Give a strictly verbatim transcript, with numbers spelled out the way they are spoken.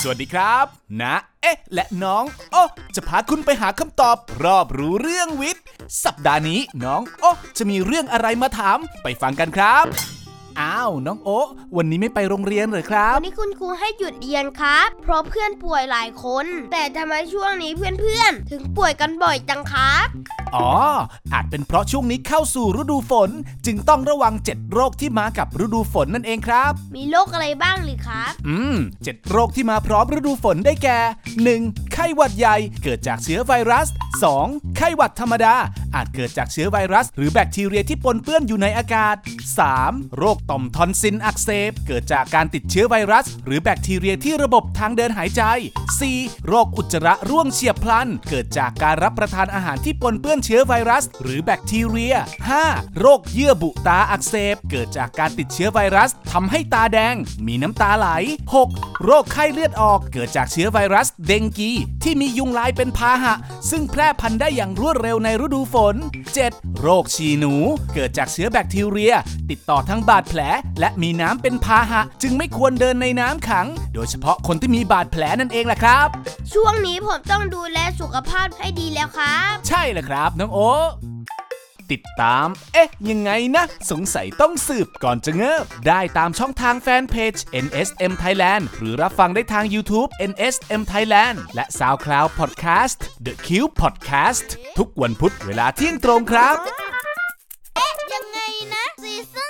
วัสดีครับนะเอ๊ะและน้องโอ้จะพาคุณไปหาคำตอบรอบรู้เรื่องวิทย์สัปดาห์นี้น้องโอ้จะมีเรื่องอะไรมาถามไปฟังกันครับอ้าวน้องโอ๊วันนี้ไม่ไปโรงเรียนเหรอครับวันนี้คุณครูให้หยุดเรียนครับเพราะเพื่อนป่วยหลายคนแต่ทำไมช่วงนี้เพื่อนๆถึงป่วยกันบ่อยจังครับอ๋ออาจเป็นเพราะช่วงนี้เข้าสู่ฤดูฝนจึงต้องระวังเจ็ดโรคที่มากับฤดูฝนนั่นเองครับมีโรคอะไรบ้างหรือครับอืมเจ็ดโรคที่มาพร้อมฤดูฝนได้แก่ หนึ่ง. ไข้หวัดใหญ่เกิดจากเชื้อไวรัส สอง. ไข้หวัดธรรมดาอาจเกิดจากเชื้อไวรัสหรือแบคทีเรียที่ปนเปื้อนอยู่ในอากาศ สาม. โรคต่อมทอนซิลอักเสบเกิดจากการติดเชื้อไวรัสหรือแบคทีเรียที่ระบบทางเดินหายใจ สี่. โรคอุจจาระร่วงเฉียบพลันเกิดจากการรับประทานอาหารที่ปนเปื้อนเชื้อไวรัสหรือแบคทีเรีย ห้า. โรคเยื่อบุตาอักเสบเกิดจากการติดเชื้อไวรัสทำให้ตาแดงมีน้ำตาไหล หก. โรคไข้เลือดออกเกิดจากเชื้อไวรัสเดงกีที่มียุงลายเป็นพาหะซึ่งแพร่พันธุ์ได้อย่างรวดเร็วในฤดูฝน เจ็ด. โรคฉี่หนูเกิดจากเชื้อแบคทีเรียติดต่อทั้งบาดแผลและมีน้ำเป็นพาหะจึงไม่ควรเดินในน้ำขังโดยเฉพาะคนที่มีบาดแผลนั่นเองแหละครับช่วงนี้ผมต้องดูแลสุขภาพให้ดีแล้วครับใช่แหละครับน้องโอติดตามเอ๊ะยังไงนะสงสัยต้องสืบก่อนจะเงิบได้ตามช่องทางแฟนเพจ เอ็น เอส เอ็ม Thailand หรือรับฟังได้ทาง YouTube เอ็น เอส เอ็ม Thailand และ SoundCloud Podcast The Cube Podcast ทุกวันพุธเวลาเที่ยงตรงครับเอ๊ะยังไงนะซีซั่น